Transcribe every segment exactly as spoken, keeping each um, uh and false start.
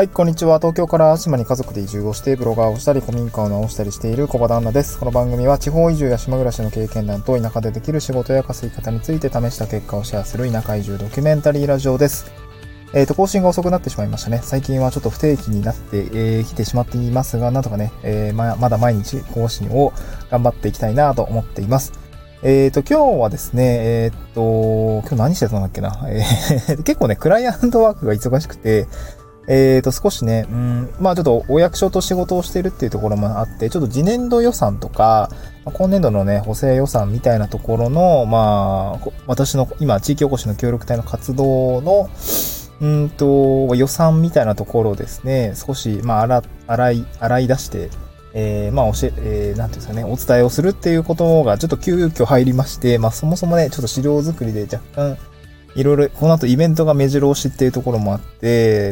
はい、こんにちは。東京から島に家族で移住をしてブロガーをしたり古民家を直したりしている小場旦那です。この番組は地方移住や島暮らしの経験談と田舎でできる仕事や稼ぎ方について試した結果をシェアする田舎移住ドキュメンタリーラジオです。えーと、更新が遅くなってしまいましたね。最近はちょっと不定期になってき、えー、てしまっていますが、なんとかね、えー、ま, まだ毎日更新を頑張っていきたいなと思っています。えーと、今日はですね、えーと、今日何してたんだっけな。えー、結構ね、クライアントワークが忙しくて、えーと、少しね、うん、まあちょっとお役所と仕事をしているっていうところもあって、ちょっと次年度予算とか、今年度のね、補正予算みたいなところの、まあ、私の今、地域おこしの協力隊の活動の、うんと、予算みたいなところをですね、少し、まあ、洗、洗い、洗い出して、えー、まあ、教え、えー、なんていうんですかね、お伝えをするっていうことがちょっと急遽入りまして、まあ、そもそもね、ちょっと資料作りで若干、いろいろ、この後イベントが目白押しっていうところもあって、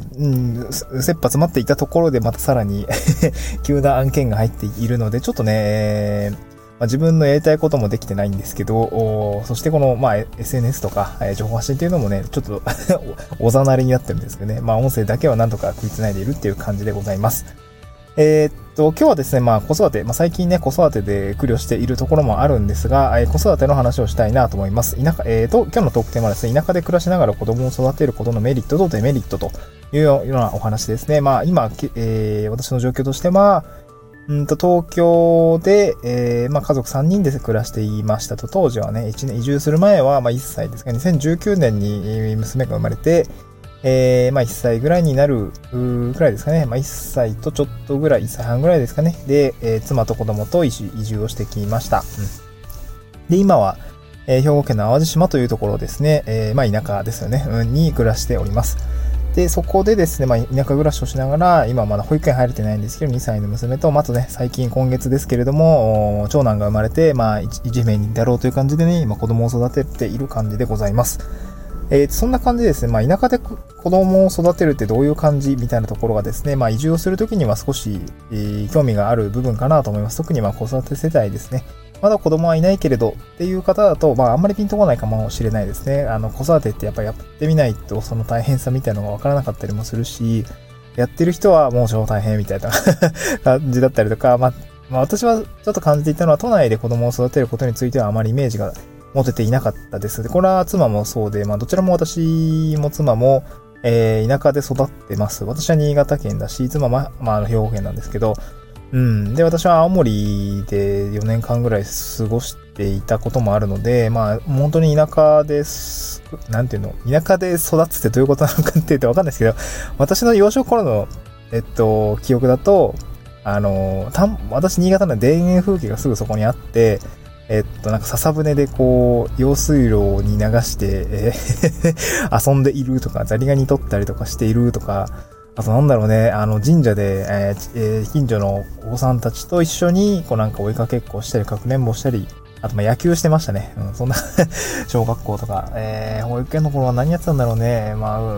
うん、切羽詰まっていたところでまたさらに急な案件が入っているので、ちょっとね、まあ、自分のやりたいこともできてないんですけど、そしてこの、まあ、エスエヌエス とか、えー、情報発信っていうのもね、ちょっとおざなりになってるんですけどね、まあ、音声だけはなんとか食いつないでいるっていう感じでございます。えー、っと、今日はですね、まあ子育て、まあ最近ね、子育てで苦慮しているところもあるんですが、えー、子育ての話をしたいなと思います。田舎、えー、と、今日のトークテーマはですね、田舎で暮らしながら子供を育てることのメリットとデメリットというようなお話ですね。まあ今、えー、私の状況としては、うんと、東京で、えー、まあ家族さんにんで暮らしていましたと、当時はね、いちねん移住する前は、まあいっさいですが、にせんじゅうきゅうねんに娘が生まれて、えー、まあいっさいぐらいになるぐらいですかね。まあいっさいとちょっとぐらい、いっさいはんぐらいですかね。で、えー、妻と子供と移住をしてきました。うん、で、今は、えー、兵庫県の淡路島というところですね。えー、まあ田舎ですよね、うん。に暮らしております。で、そこでですね、まあ田舎暮らしをしながら、今まだ保育園入れてないんですけど、にさいの娘と、またね、最近今月ですけれども、長男が生まれて、まあいちめいにだろうという感じでね、今子供を育てている感じでございます。えー、そんな感じでですね、まあ、田舎で子供を育てるってどういう感じみたいなところがですね、まあ、移住をするときには少し、えー、興味がある部分かなと思います。特にまあ子育て世代ですね。まだ子供はいないけれどっていう方だと、まあ、あんまりピンとこないかもしれないですね。あの、子育てってやっぱりやってみないと、その大変さみたいなのがわからなかったりもするし、やってる人はもう超大変みたいな感じだったりとか、まあ、まあ、私はちょっと感じていたのは、都内で子供を育てることについてはあまりイメージが持てていなかったです。で、これは妻もそうで、まあどちらも私も妻も、えー、田舎で育ってます。私は新潟県だし、妻は、まあ兵庫県なんですけど、うん。で、私は青森でよねんかんぐらい過ごしていたこともあるので、まあ本当に田舎です、なんていうの、田舎で育つってどういうことなのかって言ってわかんないですけど、私の幼少頃の、えっと、記憶だと、あの、た私新潟の田園風景がすぐそこにあって、えっと、なんか笹舟でこう、用水路に流して、えー、遊んでいるとか、ザリガニ取ったりとかしているとか、あとなんだろうね、あの神社で、えーえー、近所のお子さんたちと一緒に、こうなんか追いかけっこしたり、かくれんぼしたり、あとまあ野球してましたね。うん、そんな小学校とか、えー、保育園の頃は何やってたんだろうね。まあ、うん、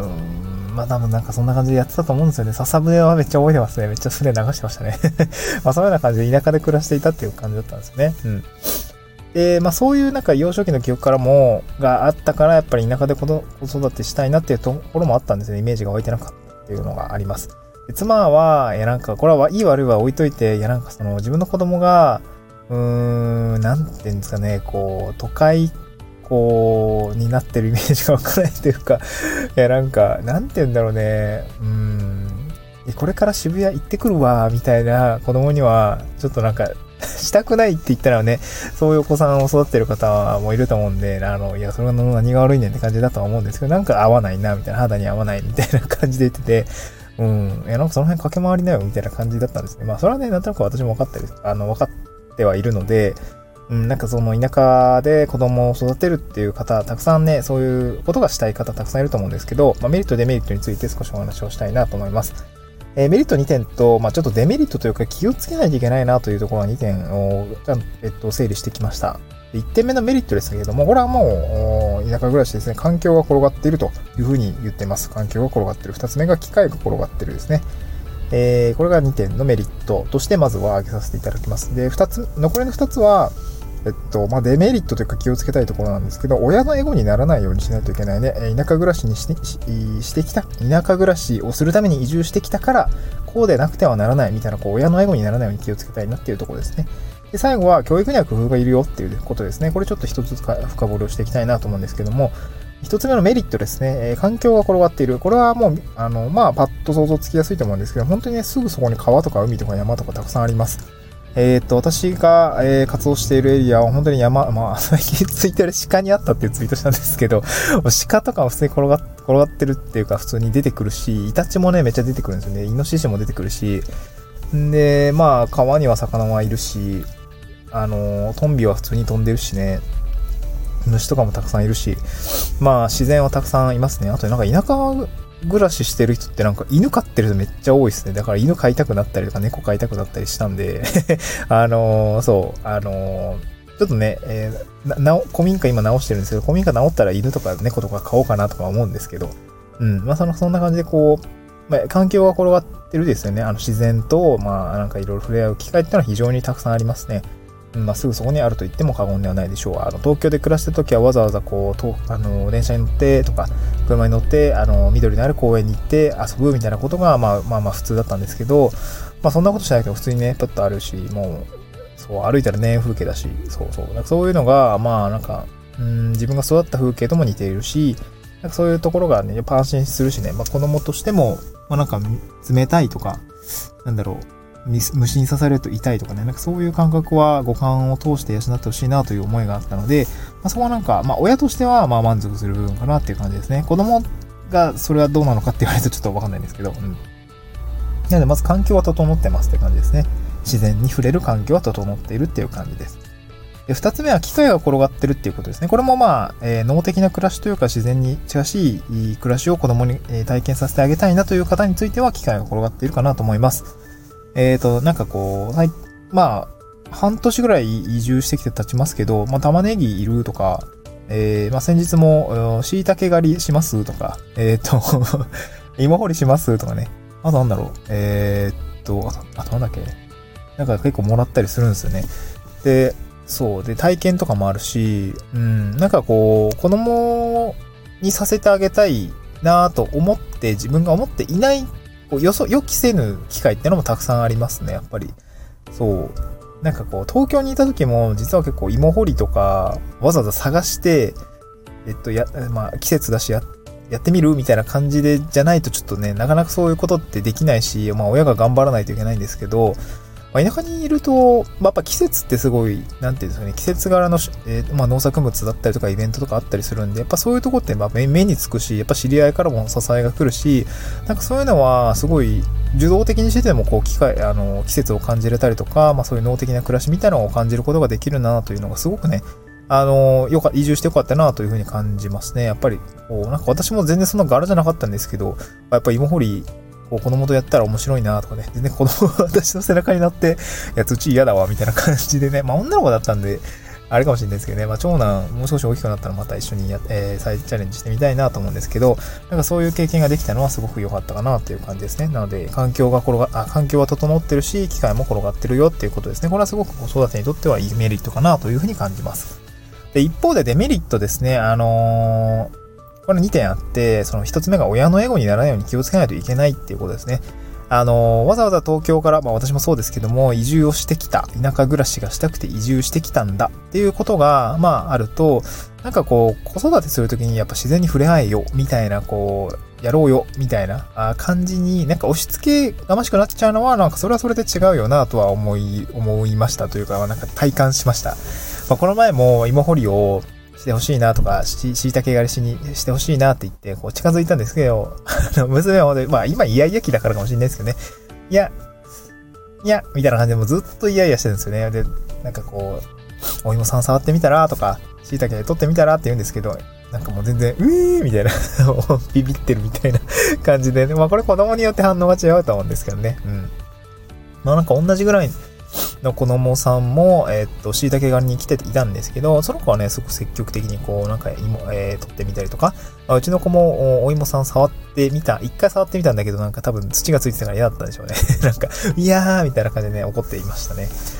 まあ多分なんかそんな感じでやってたと思うんですよね。笹舟はめっちゃ覚えてますね。めっちゃ船流してましたね。まあそういうような感じで田舎で暮らしていたっていう感じだったんですよね。うん。で、まあそういうなんか幼少期の記憶からも、があったから、やっぱり田舎で子育てしたいなっていうところもあったんですね。イメージが湧いてなかったっていうのがあります。で妻は、いやなんか、これはいい悪いは置いといて、いやなんかその自分の子供が、うーん、なんていうんですかね、こう、都会、こう、になってるイメージがわからないというか、いやなんか、なんていうんだろうね、うーん、これから渋谷行ってくるわ、みたいな子供には、ちょっとなんか、したくないって言ったらね、そういうお子さんを育ってる方もいると思うんで、あの、いや、それの何が悪いねんって感じだとは思うんですけど、なんか合わないな、みたいな、肌に合わないみたいな感じで言ってて、うん、いや、なんかその辺駆け回りなよ、みたいな感じだったんですね。まあ、それはね、なんとなく私も分かってる、あの、分かってはいるので、うん、なんかその田舎で子供を育てるっていう方、たくさんね、そういうことがしたい方たくさんいると思うんですけど、まあ、メリット、デメリットについて少しお話をしたいなと思います。えー、メリットにてんと、まあ、ちょっとデメリットというか気をつけないといけないなというところはにてんを、えっと、整理してきました。いってんめのメリットですけれども、これはもう、田舎暮らしですね、環境が転がっているというふうに言ってます。環境が転がっている。ふたつめが機械が転がっているですね。えー、これがにてんのメリットとしてまずは挙げさせていただきます。で、ふたつ、残りのふたつは、 えっと、まあ、デメリットというか気をつけたいところなんですけど、親のエゴにならないようにしないといけないね。田舎暮らしにして、ししてきた、田舎暮らしをするために移住してきたから、こうでなくてはならないみたいな、こう、親のエゴにならないように気をつけたいなっていうところですね。で、最後は、教育には工夫がいるよっていうことですね。これちょっと一つずつ深掘りをしていきたいなと思うんですけども、一つ目のメリットですね、えー、環境が転がっている。これはもう、あの、まあ、パッと想像つきやすいと思うんですけど、本当にね、すぐそこに川とか海とか山とかたくさんあります。えっと、私が、えー、活動しているエリアは本当に山、まあ、最近ツイッターで鹿にあったっていうツイートしたんですけど、鹿とかも普通に転が、転がってるっていうか普通に出てくるし、イタチもね、めっちゃ出てくるんですよね。イノシシも出てくるし、んで、まあ、川には魚はいるし、あの、トンビは普通に飛んでるしね、虫とかもたくさんいるし、まあ、自然はたくさんいますね。あと、なんか田舎暮らししてる人ってなんか犬飼ってる人めっちゃ多いですね。だから犬飼いたくなったりとか猫飼いたくなったりしたんであのー、そう、あのー、ちょっとね、えー、な、な、古民家今直してるんですけど、古民家直ったら犬とか猫とか飼おうかなとか思うんですけど、うん、まあその、そんな感じでこう、まあ、環境が転がってるですよね。あの自然と、まあなんかいろいろ触れ合う機会っていうのは非常にたくさんありますね。まあ、すぐそこにあると言っても過言ではないでしょう。あの東京で暮らした時はわざわざこうとあの電車に乗ってとか車に乗ってあの緑のある公園に行って遊ぶみたいなことがまあまあまあ普通だったんですけど、まあそんなことしないけど普通にねパッとあるし、もうそう歩いたら田園風景だし、そうそうなんかそういうのがまあなんかうん自分が育った風景とも似ているし、なんかそういうところがねやっぱ安心するしね、まあ子供としてもまあなんか冷たいとかなんだろう。虫に刺されると痛いとかね、なんかそういう感覚は五感を通して養ってほしいなという思いがあったので、まあ、そこはなんか、まあ親としてはまあ満足する部分かなっていう感じですね。子供がそれはどうなのかって言われるとちょっとわかんないんですけど、うん。なのでまず環境は整ってますって感じですね。自然に触れる環境は整っているっていう感じです。で、二つ目は機械が転がってるっていうことですね。これもまあ、えー、脳的な暮らしというか自然に近しい暮らしを子供に体験させてあげたいなという方については機械が転がっているかなと思います。えっと、なんかこう、はい、まあ、半年ぐらい移住してきて経ちますけど、まあ、玉ねぎいるとか、えー、まあ、先日も、椎茸狩りしますとか、えっと、芋掘りしますとかね。あとなんだろう、えー、っと、あとなんだっけ、なんか結構もらったりするんですよね。で、そう、で、体験とかもあるし、うん、なんかこう、子供にさせてあげたいなと思って、自分が思っていないこうよそ予期せぬ機会ってのもたくさんありますね、やっぱり。そう。なんかこう、東京にいた時も、実は結構芋掘りとか、わざわざ探して、えっと、や、まあ、季節だしや、やってみるみたいな感じで、じゃないとちょっとね、なかなかそういうことってできないし、まあ、親が頑張らないといけないんですけど、まあ、田舎にいると、まあ、やっぱ季節ってすごい、なんていうんですかね、季節柄の、えー、まあ、農作物だったりとかイベントとかあったりするんで、やっぱそういうとこって、まあ、目につくし、やっぱ知り合いからも支えが来るし、なんかそういうのは、すごい、受動的にしてても、こう、機会、あの、季節を感じれたりとか、まあ、そういう脳的な暮らしみたいなのを感じることができるなというのが、すごくね、あの、よか、移住してよかったなというふうに感じますね。やっぱり、こう、なんか私も全然そんな柄じゃなかったんですけど、やっぱ芋掘り、こう子供とやったら面白いなとかね。でね、子供は私の背中に乗って、いや、土嫌だわ、みたいな感じでね。まあ、女の子だったんで、あれかもしれないですけどね。まあ、長男、もう少し大きくなったらまた一緒にや、えー、再チャレンジしてみたいなと思うんですけど、なんかそういう経験ができたのはすごく良かったかなっていう感じですね。なので、環境が転が、あ、環境は整ってるし、機械も転がってるよっていうことですね。これはすごく子育てにとってはいいメリットかなというふうに感じます。で、一方でデメリットですね。あのー、これにてんあって、その一つ目が親のエゴにならないように気をつけないといけないっていうことですね。あのー、わざわざ東京から、まあ私もそうですけども、移住をしてきた、田舎暮らしがしたくて移住してきたんだっていうことが、まああると、なんかこう、子育てするときにやっぱ自然に触れ合えよ、みたいな、こう、やろうよ、みたいな感じに、なんか押し付けがましくなっちゃうのは、なんかそれはそれで違うよなとは思い、思いましたというか、なんか体感しました。まあこの前も芋掘りを、してほしいなとか、し、椎茸狩りしにしてほしいなって言って、こう近づいたんですけど、あの、娘は、まあ今イヤイヤ期だからかもしれないですけどね。いや、いや、みたいな感じでもうずっとイヤイヤしてるんですよね。で、なんかこう、お芋さん触ってみたらとか、椎茸取ってみたらって言うんですけど、なんかもう全然、うーみたいな、ビビってるみたいな感じで、ね、まあこれ子供によって反応が違うと思うんですけどね。うん。まあなんか同じぐらい、の子供さんも、えー、っと、椎茸狩りに来ていたんですけど、その子はね、すごく積極的にこう、なんか芋、えー、取ってみたりとか、まあ、うちの子もお芋さん触ってみた、一回触ってみたんだけど、なんか多分土がついてたから嫌だったんでしょうね。なんか、いやーみたいな感じでね、怒っていましたね。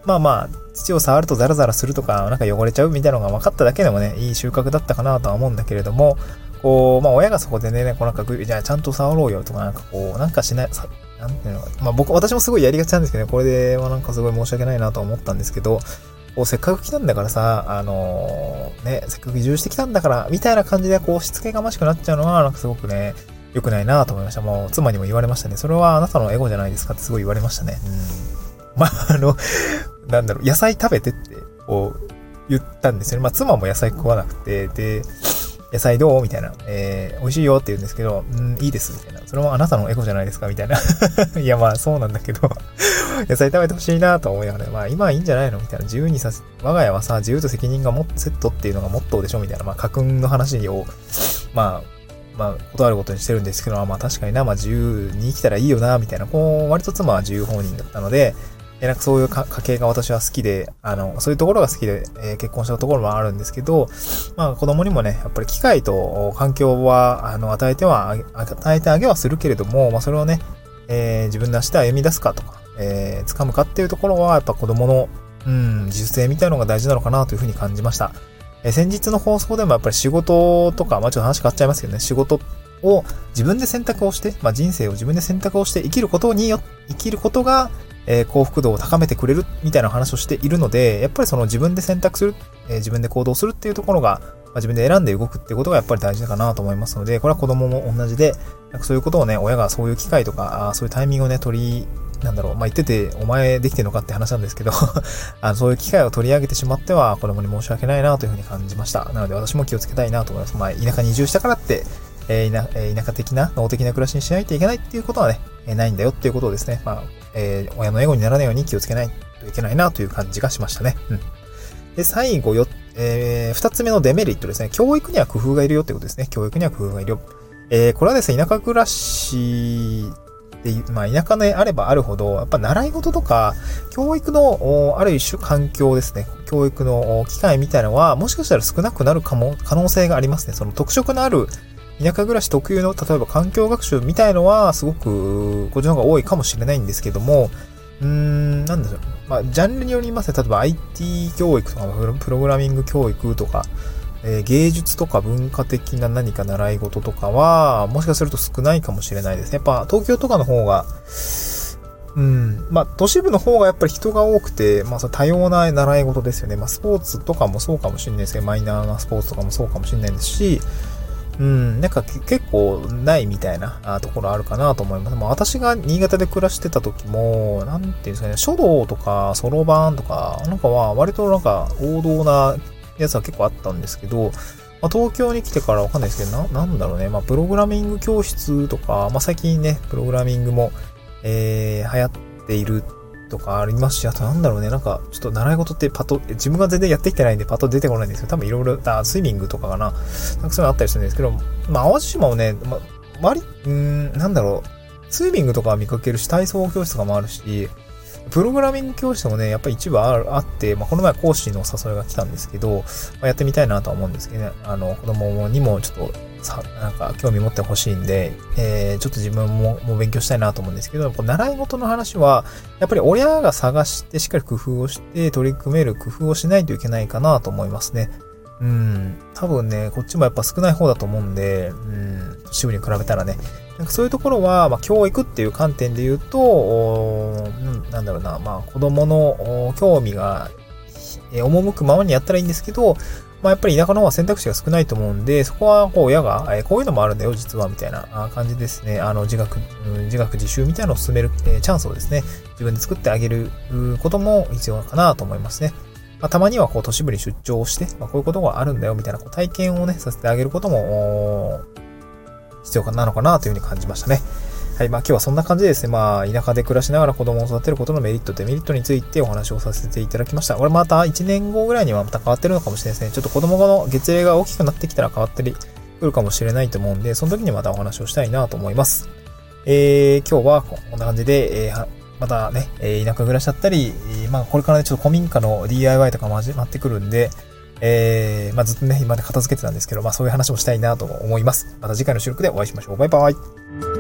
まあまあ、土を触るとザラザラするとか、なんか汚れちゃうみたいなのが分かっただけでもね、いい収穫だったかなとは思うんだけれども、こう、まあ親がそこでね、こうなんか、じゃあちゃんと触ろうよとか、なんかこう、なんかしない、さなんていうのか、まあ僕、私もすごいやりがちなんですけどね、これではなんかすごい申し訳ないなと思ったんですけど、こうせっかく来たんだからさ、あのー、ね、せっかく移住してきたんだから、みたいな感じでこうしつけがましくなっちゃうのは、なんかすごくね、良くないなと思いました。もう妻にも言われましたね。それはあなたのエゴじゃないですかってすごい言われましたね。うん。まあ、あの、なんだろう、野菜食べてって、こう、言ったんですよね。まあ妻も野菜食わなくて、で、野菜どうみたいな。えー、美味しいよって言うんですけど、うん、いいです。みたいな。それはあなたのエゴじゃないですかみたいな。いや、まあそうなんだけど、野菜食べてほしいなと思いながら、まあ今はいいんじゃないのみたいな。自由にさせ、我が家はさ、自由と責任がもセットっていうのがモットーでしょみたいな。まあ家訓の話を、まあ、まあ、断ることにしてるんですけど、まあ確かにな、まあ自由に生きたらいいよな、みたいな。こう、割と妻は自由放任だったので、えなんかそういう家系が私は好きで、あの、そういうところが好きで、えー、結婚したところもあるんですけど、まあ子供にもね、やっぱり機会と環境は、あの、与えては、与えてあげはするけれども、まあそれをね、えー、自分の足で歩み出すかとか、えー、掴むかっていうところは、やっぱ子供の、うん、自主性みたいなのが大事なのかなというふうに感じました。えー、先日の放送でもやっぱり仕事とか、まあちょっと話変わっちゃいますけどね、仕事を自分で選択をして、まあ人生を自分で選択をして生きることによ、生きることが、えー、幸福度を高めてくれるみたいな話をしているので、やっぱりその自分で選択する、えー、自分で行動するっていうところが、まあ、自分で選んで動くっていうことがやっぱり大事かなと思いますので、これは子供も同じで、なんかそういうことをね、親がそういう機会とか、あそういうタイミングをね、取り、なんだろう、まあ、言ってて、お前できてんのかって話なんですけどあの、そういう機会を取り上げてしまっては、子供に申し訳ないなというふうに感じました。なので私も気をつけたいなと思います。まあ、田舎に移住したからって、えー、田, 田舎的な、農的な暮らしにしないといけないっていうことはね、えー、ないんだよっていうことをですね、まあ、えー、親のエゴにならないように気をつけないといけないなという感じがしましたね。うん。で、最後よ、えー、二つ目のデメリットですね。教育には工夫がいるよってことですね。教育には工夫がいるよ。えー、これはですね、田舎暮らしで、まあ、田舎であればあるほど、やっぱ習い事とか、教育の、ある一種環境ですね。教育の機会みたいなのは、もしかしたら少なくなるかも、可能性がありますね。その特色のある、田舎暮らし特有の、例えば環境学習みたいのは、すごく、こっちの方が多いかもしれないんですけども、うーん、なんでしょう。まあ、ジャンルによりますね。例えば アイティー 教育とか、プログラミング教育とか、えー、芸術とか文化的な何か習い事とかは、もしかすると少ないかもしれないですね。やっぱ東京とかの方が、うん、まあ、都市部の方がやっぱり人が多くて、まあ、多様な習い事ですよね。まあ、スポーツとかもそうかもしれないですけど、マイナーなスポーツとかもそうかもしれないですし、うん、なんか結構ないみたいなところあるかなと思います。まあ、私が新潟で暮らしてた時も、なんていうんですかね、書道とかそろばんとか、なんかは割となんか王道なやつは結構あったんですけど、まあ、東京に来てからわかんないですけど、な、なんだろうね、まあ、プログラミング教室とか、まあ、最近ね、プログラミングも、えー、流行っているとかありますし、あとなんだろうね、なんか、ちょっと習い事ってパッと、自分が全然やってきてないんでパッと出てこないんですけど、多分いろいろ、あ、スイミングとかかな、なんかそういうのあったりするんですけど、まあ、淡路島もね、まあ、割り、うーん、なんだろう、スイミングとかは見かけるし、体操教室とかもあるし、プログラミング教室もね、やっぱり一部あるあって、まあ、この前講師のお誘いが来たんですけど、まあ、やってみたいなとは思うんですけどね、あの、子供にもちょっと、さ、なんか興味持ってほしいんで、えー、ちょっと自分も、もう勉強したいなと思うんですけど、こう習い事の話は、やっぱり親が探してしっかり工夫をして取り組める工夫をしないといけないかなと思いますね。うん。多分ね、こっちもやっぱ少ない方だと思うんで、うん、都市部に比べたらね。なんかそういうところは、まあ、教育っていう観点で言うと、なんだろうな、まあ、子供の興味が、赴くままにやったらいいんですけど、まあ、やっぱり田舎の方は選択肢が少ないと思うんで、そこはこう親が、えー、こういうのもあるんだよ、実は、みたいな感じですね。あの、自学、自学自習みたいなのを進める、えー、チャンスをですね、自分で作ってあげることも必要かなと思いますね。まあ、たまにはこう都市部に出張をして、まあ、こういうことがあるんだよ、みたいなこう体験をね、させてあげることも、必要なのかなというふうに感じましたね。はい。まあ今日はそんな感じでですね。まあ田舎で暮らしながら子供を育てることのメリット、デメリットについてお話をさせていただきました。これまたいちねんごぐらいにはまた変わってるのかもしれないですね。ちょっと子供の月齢が大きくなってきたら変わってくるかもしれないと思うんで、その時にまたお話をしたいなと思います。えー、今日はこんな感じで、えー、またね、田舎暮らしだったり、まあこれからねちょっと古民家の ディーアイワイ とかも始まってくるんで、えー、まあずっとね、今まで片付けてたんですけど、まあそういう話もしたいなと思います。また次回の収録でお会いしましょう。バイバイ。